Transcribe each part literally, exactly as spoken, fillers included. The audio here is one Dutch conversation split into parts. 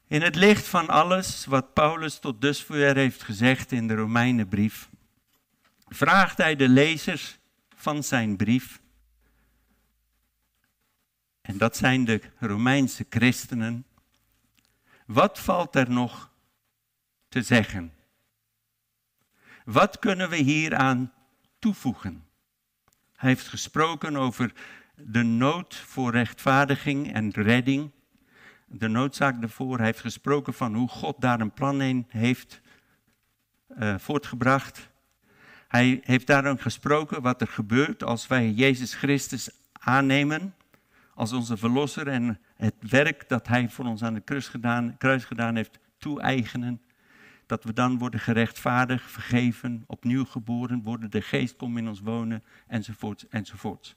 In het licht van alles wat Paulus tot dusver heeft gezegd in de Romeinenbrief, vraagt hij de lezers van zijn brief, en dat zijn de Romeinse christenen, wat valt er nog te zeggen? Wat kunnen we hieraan toevoegen? Hij heeft gesproken over de nood voor rechtvaardiging en redding. De noodzaak daarvoor. Hij heeft gesproken van hoe God daar een plan in heeft uh, voortgebracht. Hij heeft daar ook gesproken wat er gebeurt als wij Jezus Christus aannemen als onze verlosser en het werk dat hij voor ons aan het kruis gedaan, kruis gedaan heeft toe-eigenen. Dat we dan worden gerechtvaardigd, vergeven, opnieuw geboren worden, de geest komt in ons wonen, enzovoort, enzovoort.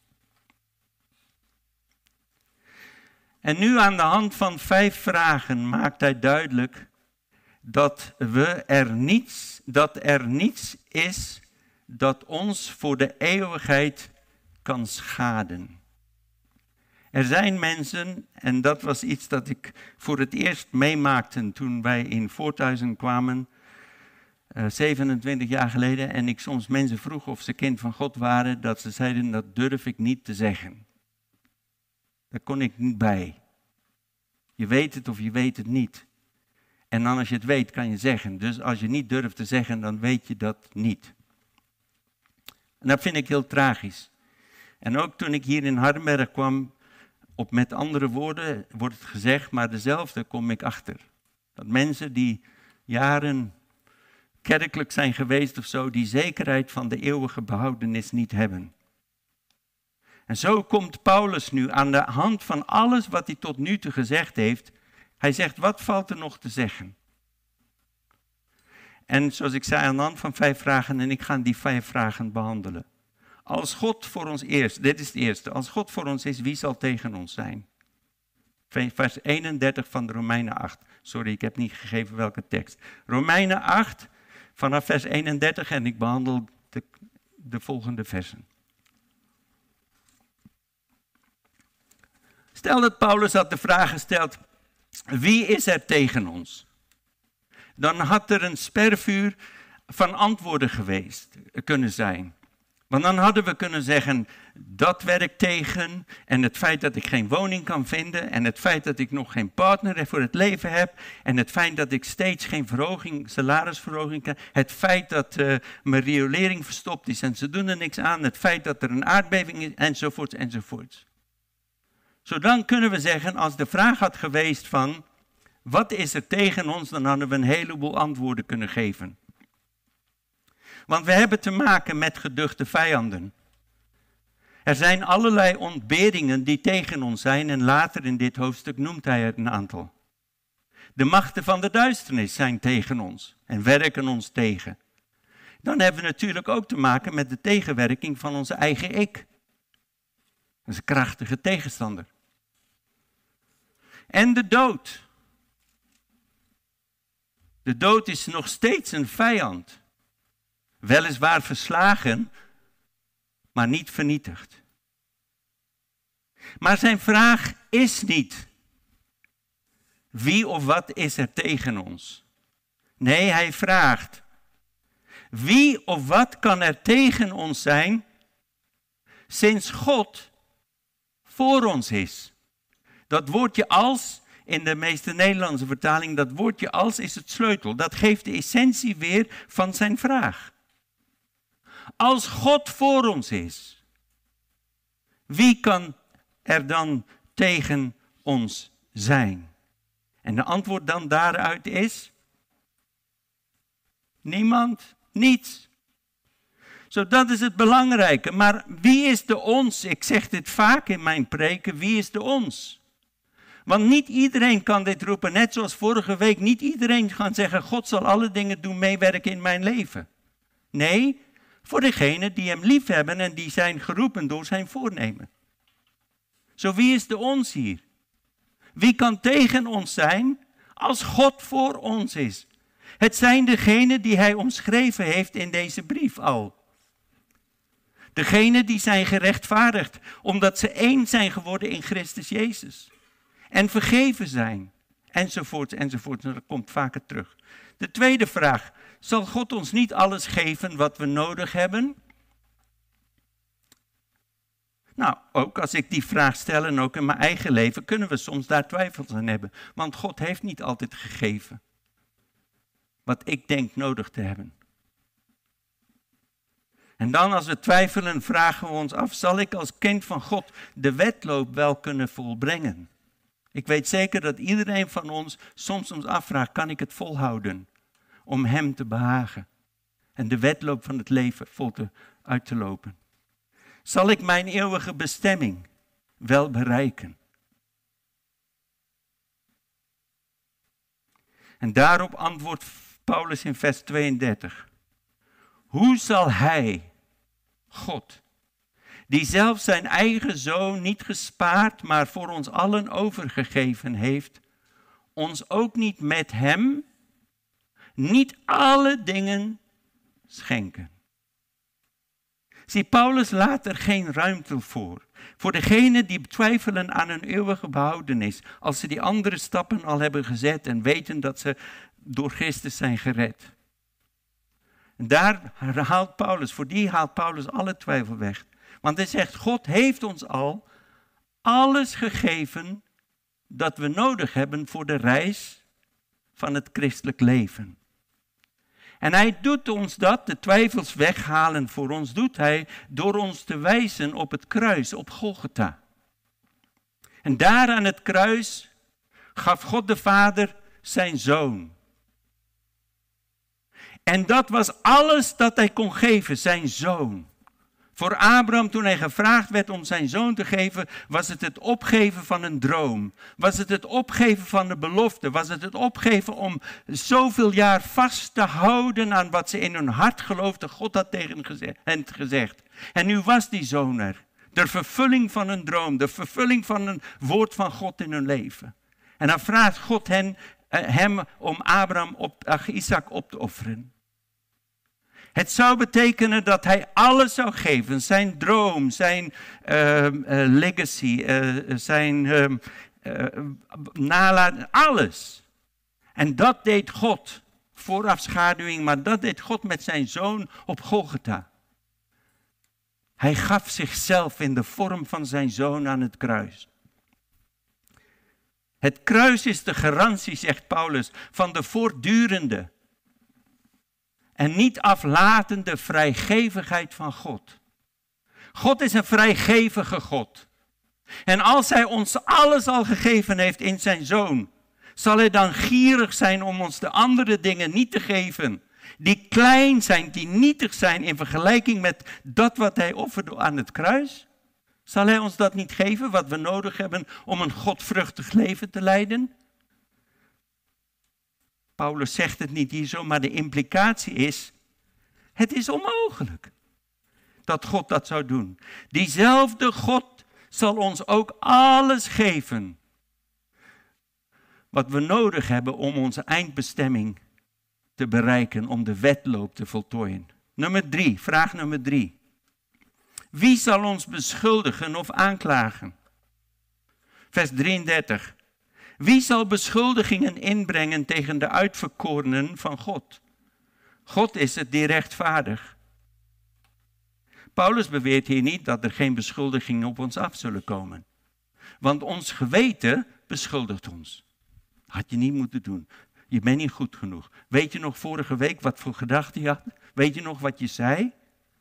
En nu aan de hand van vijf vragen maakt hij duidelijk dat, we er niets, dat er niets is dat ons voor de eeuwigheid kan schaden. Er zijn mensen, en dat was iets dat ik voor het eerst meemaakte toen wij in Voorthuizen kwamen, uh, zevenentwintig jaar geleden, en ik soms mensen vroeg of ze kind van God waren, dat ze zeiden, dat durf ik niet te zeggen. Daar kon ik niet bij. Je weet het of je weet het niet. En dan als je het weet, kan je zeggen. Dus als je niet durft te zeggen, dan weet je dat niet. En dat vind ik heel tragisch. En ook toen ik hier in Hardenberg kwam, op met andere woorden wordt het gezegd, maar dezelfde kom ik achter. Dat mensen die jaren kerkelijk zijn geweest of zo, die zekerheid van de eeuwige behoudenis niet hebben. En zo komt Paulus nu aan de hand van alles wat hij tot nu toe gezegd heeft. Hij zegt, wat valt er nog te zeggen? En zoals ik zei, aan de hand van vijf vragen, en ik ga die vijf vragen behandelen. Als God voor ons is, dit is het eerste, als God voor ons is, wie zal tegen ons zijn? Vers eenendertig van de Romeinen acht. Sorry, ik heb niet gegeven welke tekst. Romeinen acht, vanaf vers eenendertig, en ik behandel de, de volgende versen. Stel dat Paulus had de vraag gesteld, wie is er tegen ons? Dan had er een spervuur van antwoorden geweest kunnen zijn. Want dan hadden we kunnen zeggen, dat werkt tegen, en het feit dat ik geen woning kan vinden, en het feit dat ik nog geen partner voor het leven heb, en het feit dat ik steeds geen verhoging, salarisverhoging kan, het feit dat uh, mijn riolering verstopt is en ze doen er niks aan, het feit dat er een aardbeving is, enzovoort, enzovoort. Zo dan kunnen we zeggen, als de vraag had geweest van, wat is er tegen ons, dan hadden we een heleboel antwoorden kunnen geven. Want we hebben te maken met geduchte vijanden. Er zijn allerlei ontberingen die tegen ons zijn en later in dit hoofdstuk noemt hij er een aantal. De machten van de duisternis zijn tegen ons en werken ons tegen. Dan hebben we natuurlijk ook te maken met de tegenwerking van onze eigen ik. Dat is een krachtige tegenstander. En de dood. De dood is nog steeds een vijand. Weliswaar verslagen, maar niet vernietigd. Maar zijn vraag is niet, wie of wat is er tegen ons? Nee, hij vraagt, wie of wat kan er tegen ons zijn, sinds God voor ons is? Dat woordje als, in de meeste Nederlandse vertaling, dat woordje als is het sleutel. Dat geeft de essentie weer van zijn vraag. Als God voor ons is, wie kan er dan tegen ons zijn? En de antwoord dan daaruit is, niemand, niets. Zo, dat is het belangrijke. Maar wie is de ons? Ik zeg dit vaak in mijn preken, wie is de ons? Want niet iedereen kan dit roepen, net zoals vorige week. Niet iedereen kan zeggen, God zal alle dingen doen meewerken in mijn leven. Nee, voor degenen die hem lief hebben en die zijn geroepen door zijn voornemen. Zo, wie is de ons hier? Wie kan tegen ons zijn als God voor ons is? Het zijn degenen die hij omschreven heeft in deze brief al. Degenen die zijn gerechtvaardigd omdat ze één zijn geworden in Christus Jezus. En vergeven zijn. Enzovoort, enzovoort. Dat komt vaker terug. De tweede vraag. Zal God ons niet alles geven wat we nodig hebben? Nou, ook als ik die vraag stel en ook in mijn eigen leven, kunnen we soms daar twijfels aan hebben. Want God heeft niet altijd gegeven wat ik denk nodig te hebben. En dan als we twijfelen, vragen we ons af, zal ik als kind van God de wedloop wel kunnen volbrengen? Ik weet zeker dat iedereen van ons soms ons afvraagt, kan ik het volhouden om hem te behagen? En de wedloop van het leven vol te, uit te lopen. Zal ik mijn eeuwige bestemming wel bereiken? En daarop antwoordt Paulus in vers tweeëndertig. Hoe zal hij, God, die zelf zijn eigen zoon niet gespaard, maar voor ons allen overgegeven heeft, ons ook niet met hem, niet alle dingen schenken? Zie, Paulus laat er geen ruimte voor. Voor degenen die twijfelen aan hun eeuwige behoudenis, als ze die andere stappen al hebben gezet en weten dat ze door Christus zijn gered. En daar haalt Paulus, voor die haalt Paulus alle twijfel weg. Want hij zegt, God heeft ons al alles gegeven dat we nodig hebben voor de reis van het christelijk leven. En hij doet ons dat, de twijfels weghalen voor ons, doet hij door ons te wijzen op het kruis, op Golgotha. En daar aan het kruis gaf God de Vader zijn zoon. En dat was alles dat hij kon geven, zijn zoon. Voor Abraham, toen hij gevraagd werd om zijn zoon te geven, was het het opgeven van een droom. Was het het opgeven van een belofte. Was het het opgeven om zoveel jaar vast te houden aan wat ze in hun hart geloofden. God had tegen hen gezegd. En nu was die zoon er. De vervulling van een droom. De vervulling van een woord van God in hun leven. En dan vraagt God hen, hem om Abraham op, ach, Isaac op te offeren. Het zou betekenen dat hij alles zou geven. Zijn droom, zijn uh, uh, legacy, uh, zijn uh, uh, nalaten, alles. En dat deed God, voorafschaduwing, maar dat deed God met zijn zoon op Golgotha. Hij gaf zichzelf in de vorm van zijn zoon aan het kruis. Het kruis is de garantie, zegt Paulus, van de voortdurende en niet aflatende vrijgevigheid van God. God is een vrijgevige God. En als hij ons alles al gegeven heeft in zijn zoon, zal hij dan gierig zijn om ons de andere dingen niet te geven, die klein zijn, die nietig zijn in vergelijking met dat wat hij offerde aan het kruis? Zal hij ons dat niet geven, wat we nodig hebben om een godvruchtig leven te leiden? Paulus zegt het niet hier zo, maar de implicatie is, het is onmogelijk dat God dat zou doen. Diezelfde God zal ons ook alles geven wat we nodig hebben om onze eindbestemming te bereiken, om de wedloop te voltooien. Nummer drie, vraag nummer drie. Wie zal ons beschuldigen of aanklagen? Vers drieëndertig. Wie zal beschuldigingen inbrengen tegen de uitverkorenen van God? God is het die rechtvaardig. Paulus beweert hier niet dat er geen beschuldigingen op ons af zullen komen. Want ons geweten beschuldigt ons. Had je niet moeten doen. Je bent niet goed genoeg. Weet je nog vorige week wat voor gedachten je had? Weet je nog wat je zei?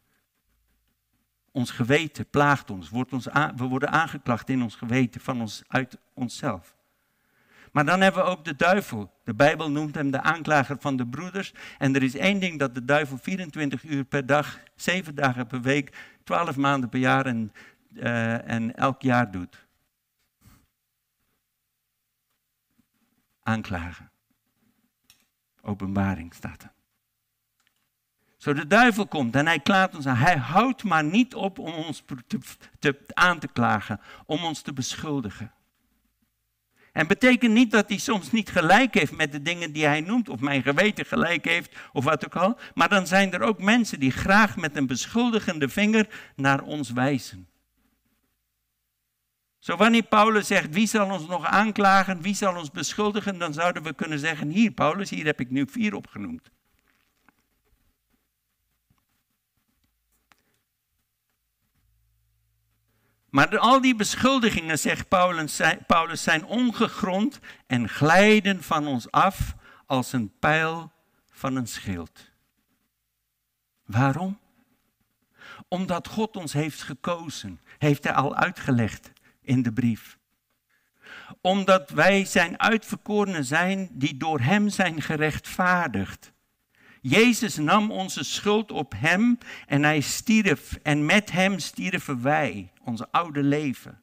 Ons geweten plaagt ons. Wordt ons aan, we worden aangeklaagd in ons geweten van ons, uit onszelf. Maar dan hebben we ook de duivel. De Bijbel noemt hem de aanklager van de broeders. En er is één ding dat de duivel vierentwintig uur per dag, zeven dagen per week, twaalf maanden per jaar en, uh, en elk jaar doet. Aanklagen. Openbaring staat er. Zo de duivel komt en hij klaagt ons aan. Hij houdt maar niet op om ons te, te, aan te klagen, om ons te beschuldigen. En betekent niet dat hij soms niet gelijk heeft met de dingen die hij noemt, of mijn geweten gelijk heeft, of wat ook al. Maar dan zijn er ook mensen die graag met een beschuldigende vinger naar ons wijzen. Zo wanneer Paulus zegt, wie zal ons nog aanklagen, wie zal ons beschuldigen, dan zouden we kunnen zeggen, hier Paulus, hier heb ik nu vier opgenoemd. Maar al die beschuldigingen, zegt Paulus, Paulus, zijn ongegrond en glijden van ons af als een pijl van een schild. Waarom? Omdat God ons heeft gekozen, heeft hij al uitgelegd in de brief. Omdat wij zijn uitverkorenen zijn die door hem zijn gerechtvaardigd. Jezus nam onze schuld op hem en hij stierf. En met hem stierven wij, ons oude leven.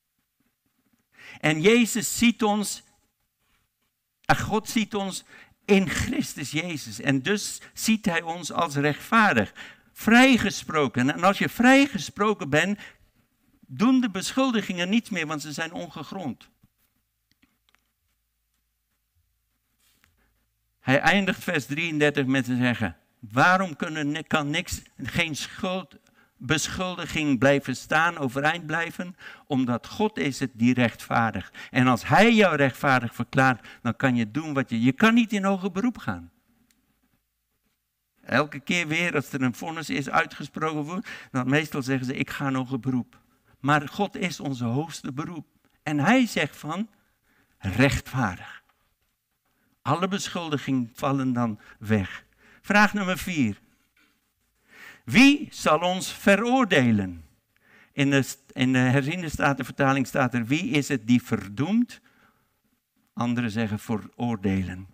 En Jezus ziet ons, en God ziet ons in Christus Jezus. En dus ziet hij ons als rechtvaardig. Vrijgesproken. En als je vrijgesproken bent, doen de beschuldigingen niets meer, want ze zijn ongegrond. Hij eindigt vers drieëndertig met te zeggen, waarom kunnen, kan niks, geen schuld, beschuldiging blijven staan, overeind blijven? Omdat God is het die rechtvaardig. En als hij jou rechtvaardig verklaart, dan kan je doen wat je... Je kan niet in hoger beroep gaan. Elke keer weer als er een vonnis is uitgesproken wordt, dan meestal zeggen ze, ik ga in hoger beroep. Maar God is onze hoogste beroep. En hij zegt van, rechtvaardig. Alle beschuldigingen vallen dan weg. Vraag nummer vier. Wie zal ons veroordelen? In de, in de herziende statenvertaling staat er, wie is het die verdoemt? Anderen zeggen veroordelen.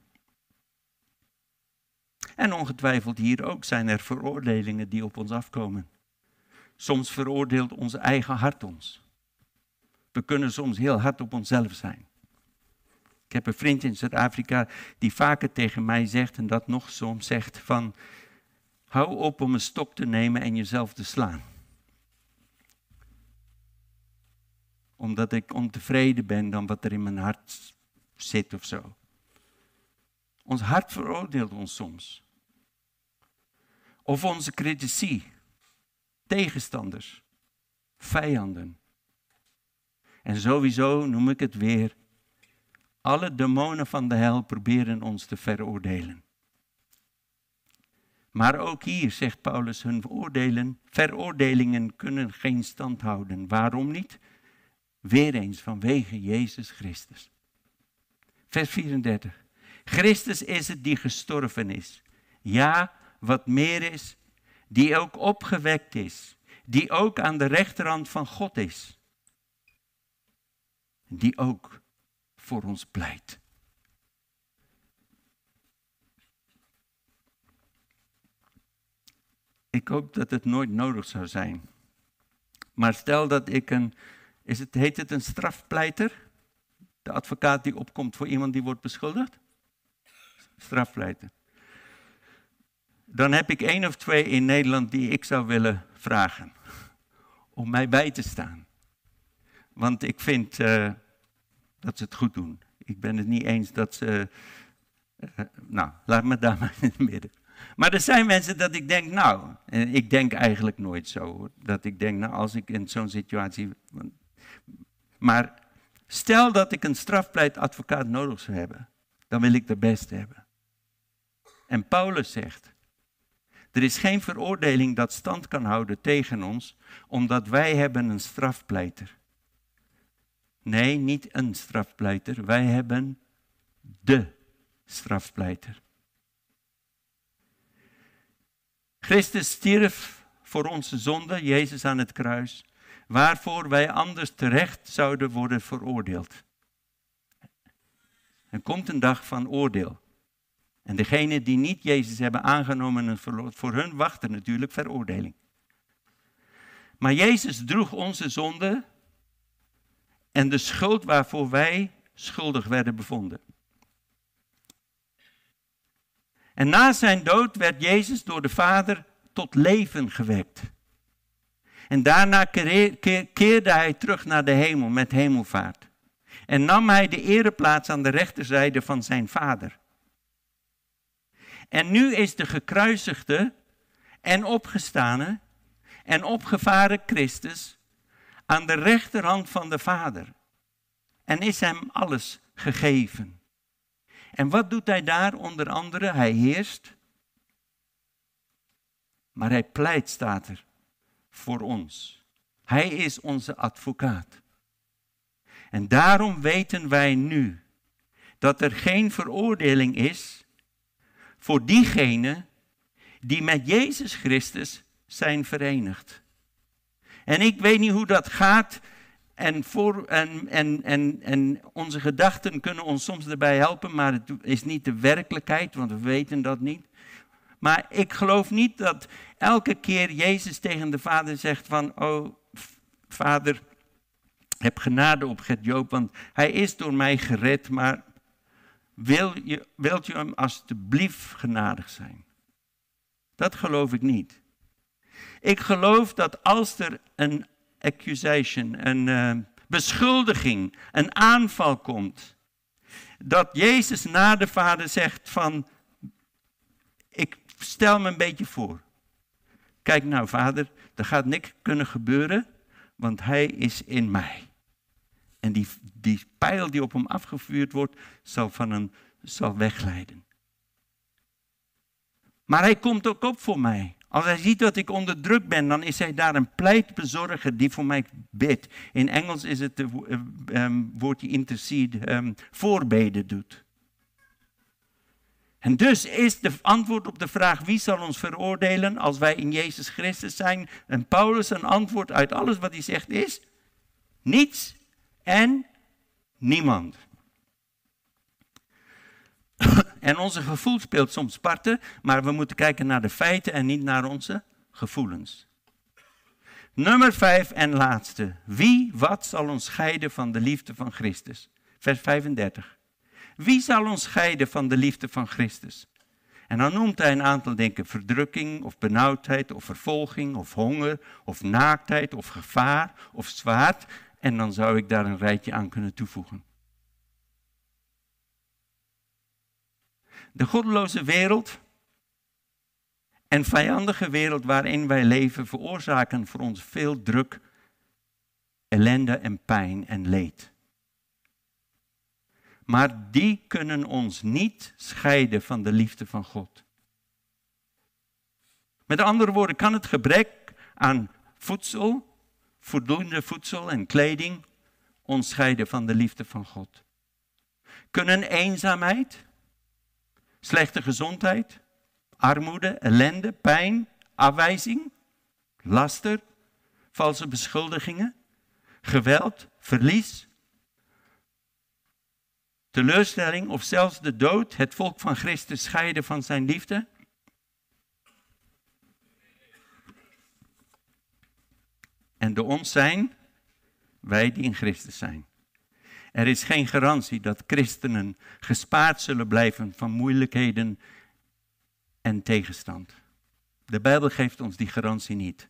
En ongetwijfeld hier ook zijn er veroordelingen die op ons afkomen. Soms veroordeelt ons eigen hart ons. We kunnen soms heel hard op onszelf zijn. Ik heb een vriend in Zuid-Afrika die vaker tegen mij zegt, en dat nog soms zegt van, hou op om een stok te nemen en jezelf te slaan. Omdat ik ontevreden ben dan wat er in mijn hart zit of zo. Ons hart veroordeelt ons soms. Of onze critici, tegenstanders, vijanden. En sowieso noem ik het weer, alle demonen van de hel proberen ons te veroordelen. Maar ook hier zegt Paulus, hun oordelen, veroordelingen kunnen geen stand houden. Waarom niet? Weer eens vanwege Jezus Christus. Vers vierendertig. Christus is het die gestorven is. Ja, wat meer is, die ook opgewekt is. Die ook aan de rechterhand van God is. Die ook voor ons pleit. Ik hoop dat het nooit nodig zou zijn. Maar stel dat ik een, is het, heet het een strafpleiter? De advocaat die opkomt voor iemand die wordt beschuldigd? Strafpleiter. Dan heb ik één of twee in Nederland die ik zou willen vragen. Om mij bij te staan. Want ik vind uh, dat ze het goed doen. Ik ben het niet eens dat ze... Uh, nou, laat me daar maar in het midden. Maar er zijn mensen dat ik denk, nou... En ik denk eigenlijk nooit zo, hoor. Dat ik denk, nou, als ik in zo'n situatie... Maar stel dat ik een strafpleitadvocaat nodig zou hebben. Dan wil ik de beste hebben. En Paulus zegt... Er is geen veroordeling dat stand kan houden tegen ons... Omdat wij hebben een strafpleiter. Nee, niet een strafpleiter. Wij hebben de strafpleiter. Christus stierf voor onze zonde, Jezus aan het kruis, waarvoor wij anders terecht zouden worden veroordeeld. Er komt een dag van oordeel. En degenen die niet Jezus hebben aangenomen en verloren, voor hun wacht er natuurlijk veroordeling. Maar Jezus droeg onze zonde en de schuld waarvoor wij schuldig werden bevonden. En na zijn dood werd Jezus door de Vader tot leven gewekt. En daarna keerde hij terug naar de hemel met hemelvaart. En nam hij de ereplaats aan de rechterzijde van zijn Vader. En nu is de gekruisigde en opgestane en opgevaren Christus aan de rechterhand van de Vader. En is hem alles gegeven. En wat doet hij daar onder andere? Hij heerst. Maar hij pleit, staat er, voor ons. Hij is onze advocaat. En daarom weten wij nu dat er geen veroordeling is voor diegenen die met Jezus Christus zijn verenigd. En ik weet niet hoe dat gaat en, voor, en, en, en, en onze gedachten kunnen ons soms erbij helpen, maar het is niet de werkelijkheid, want we weten dat niet. Maar ik geloof niet dat elke keer Jezus tegen de Vader zegt van, oh Vader, heb genade op Gert-Joop, want hij is door mij gered, maar wil je, wilt u hem alstublieft genadig zijn? Dat geloof ik niet. Ik geloof dat als er een accusation, een uh, beschuldiging, een aanval komt, dat Jezus na de Vader zegt van, ik stel me een beetje voor. Kijk nou Vader, er gaat niks kunnen gebeuren, want hij is in mij. En die, die pijl die op hem afgevuurd wordt, zal van hem zal wegleiden. Maar hij komt ook op voor mij. Als hij ziet dat ik onder druk ben, dan is hij daar een pleitbezorger die voor mij bidt. In Engels is het het uh, um, woordje intercede, um, voorbeden doet. En dus is de antwoord op de vraag, wie zal ons veroordelen als wij in Jezus Christus zijn? En Paulus een antwoord uit alles wat hij zegt is, niets en niemand. En onze gevoel speelt soms parten, maar we moeten kijken naar de feiten en niet naar onze gevoelens. Nummer vijf en laatste. Wie, wat zal ons scheiden van de liefde van Christus? Vers vijfendertig. Wie zal ons scheiden van de liefde van Christus? En dan noemt hij een aantal dingen, verdrukking of benauwdheid of vervolging of honger of naaktheid of gevaar of zwaard. En dan zou ik daar een rijtje aan kunnen toevoegen. De goddeloze wereld en vijandige wereld waarin wij leven veroorzaken voor ons veel druk, ellende en pijn en leed. Maar die kunnen ons niet scheiden van de liefde van God. Met andere woorden, kan het gebrek aan voedsel, voldoende voedsel en kleding ons scheiden van de liefde van God? Kunnen eenzaamheid, slechte gezondheid, armoede, ellende, pijn, afwijzing, laster, valse beschuldigingen, geweld, verlies, teleurstelling of zelfs de dood het volk van Christus scheiden van zijn liefde? En de ons zijn, wij die in Christus zijn. Er is geen garantie dat christenen gespaard zullen blijven van moeilijkheden en tegenstand. De Bijbel geeft ons die garantie niet.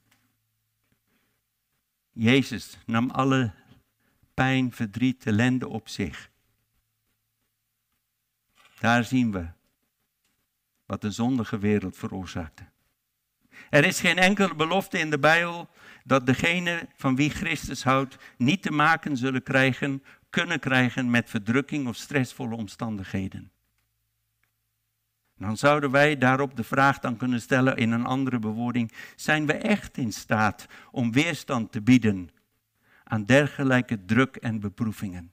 Jezus nam alle pijn, verdriet, ellende op zich. Daar zien we wat de zondige wereld veroorzaakte. Er is geen enkele belofte in de Bijbel dat degene van wie Christus houdt niet te maken zullen krijgen, kunnen krijgen met verdrukking of stressvolle omstandigheden. Dan zouden wij daarop de vraag dan kunnen stellen in een andere bewoording, zijn we echt in staat om weerstand te bieden aan dergelijke druk en beproevingen?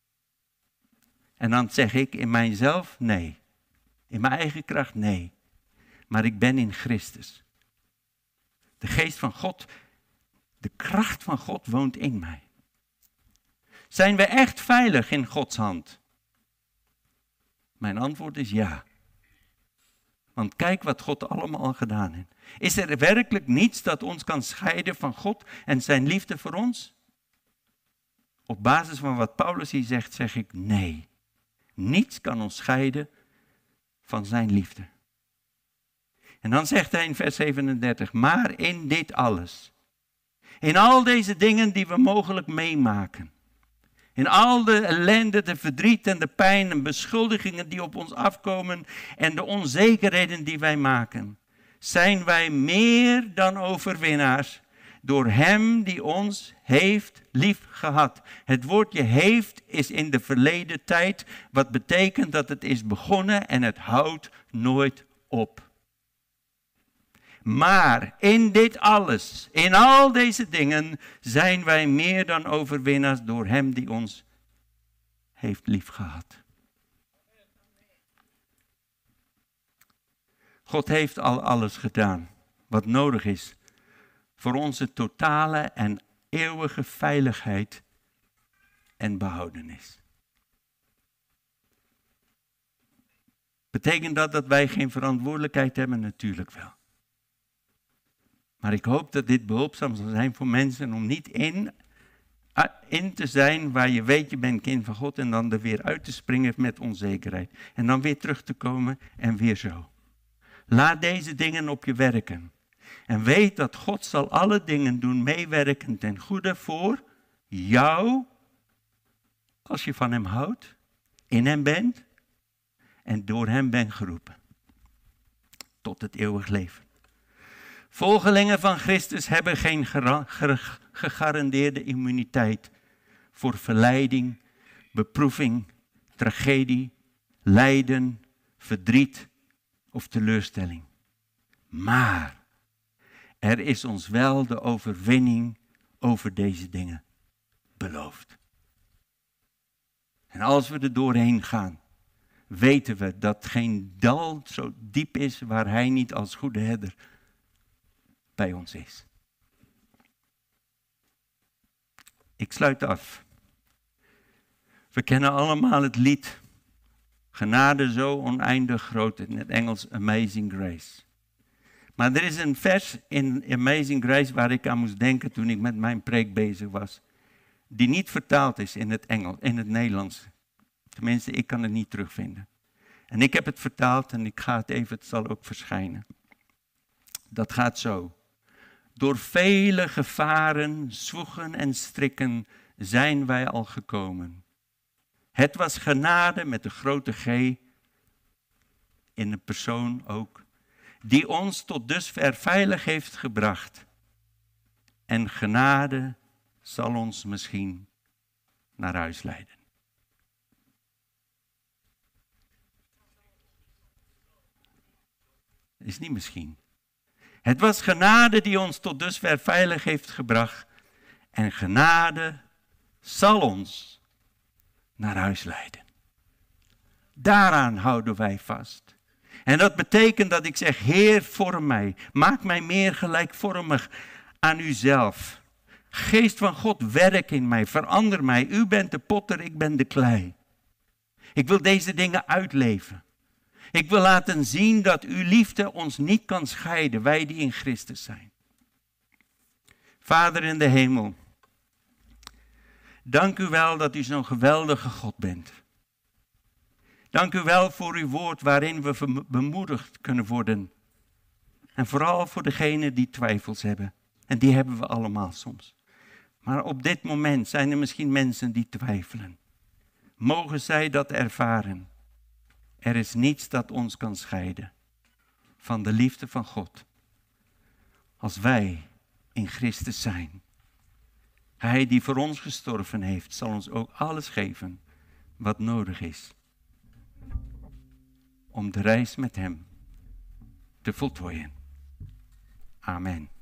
En dan zeg ik in mijzelf nee. In mijn eigen kracht nee. Maar ik ben in Christus. De geest van God, de kracht van God woont in mij. Zijn we echt veilig in Gods hand? Mijn antwoord is ja. Want kijk wat God allemaal al gedaan heeft. Is er werkelijk niets dat ons kan scheiden van God en zijn liefde voor ons? Op basis van wat Paulus hier zegt, zeg ik nee. Niets kan ons scheiden van zijn liefde. En dan zegt hij in vers zevenendertig, maar in dit alles, in al deze dingen die we mogelijk meemaken, in al de ellende, de verdriet en de pijn en beschuldigingen die op ons afkomen en de onzekerheden die wij maken, zijn wij meer dan overwinnaars door hem die ons heeft lief gehad. Het woordje heeft is in de verleden tijd, wat betekent dat het is begonnen en het houdt nooit op. Maar in dit alles, in al deze dingen, zijn wij meer dan overwinnaars door hem die ons heeft lief gehad. God heeft al alles gedaan wat nodig is voor onze totale en eeuwige veiligheid en behoudenis. Betekent dat dat wij geen verantwoordelijkheid hebben? Natuurlijk wel. Maar ik hoop dat dit behulpzaam zal zijn voor mensen om niet in, in te zijn waar je weet je bent kind van God en dan er weer uit te springen met onzekerheid. En dan weer terug te komen en weer zo. Laat deze dingen op je werken. En weet dat God zal alle dingen doen meewerken ten goede voor jou, als je van hem houdt, in hem bent en door hem bent geroepen. Tot het eeuwig leven. Volgelingen van Christus hebben geen gegarandeerde immuniteit voor verleiding, beproeving, tragedie, lijden, verdriet of teleurstelling. Maar er is ons wel de overwinning over deze dingen beloofd. En als we er doorheen gaan, weten we dat geen dal zo diep is waar hij niet als goede herder bij ons is. Ik sluit af. We kennen allemaal het lied Genade zo oneindig groot, in het Engels Amazing Grace. Maar er is een vers in Amazing Grace waar ik aan moest denken toen ik met mijn preek bezig was. Die niet vertaald is in het Engels, in het Nederlands. Tenminste, ik kan het niet terugvinden. En ik heb het vertaald en ik ga het even, het zal ook verschijnen. Dat gaat zo. Door vele gevaren, zwoegen en strikken zijn wij al gekomen. Het was genade met de grote G, in de persoon ook, die ons tot dusver veilig heeft gebracht. En genade zal ons misschien naar huis leiden. Is niet misschien. Het was genade die ons tot dusver veilig heeft gebracht. En genade zal ons naar huis leiden. Daaraan houden wij vast. En dat betekent dat ik zeg, Heer, vorm mij. Maak mij meer gelijkvormig aan uzelf. Geest van God, werk in mij. Verander mij. U bent de potter, ik ben de klei. Ik wil deze dingen uitleven. Ik wil laten zien dat uw liefde ons niet kan scheiden, wij die in Christus zijn. Vader in de hemel, dank u wel dat u zo'n geweldige God bent. Dank u wel voor uw woord waarin we bemoedigd kunnen worden. En vooral voor degenen die twijfels hebben. En die hebben we allemaal soms. Maar op dit moment zijn er misschien mensen die twijfelen. Mogen zij dat ervaren. Er is niets dat ons kan scheiden van de liefde van God. Als wij in Christus zijn. Hij die voor ons gestorven heeft, zal ons ook alles geven wat nodig is. Om de reis met hem te voltooien. Amen.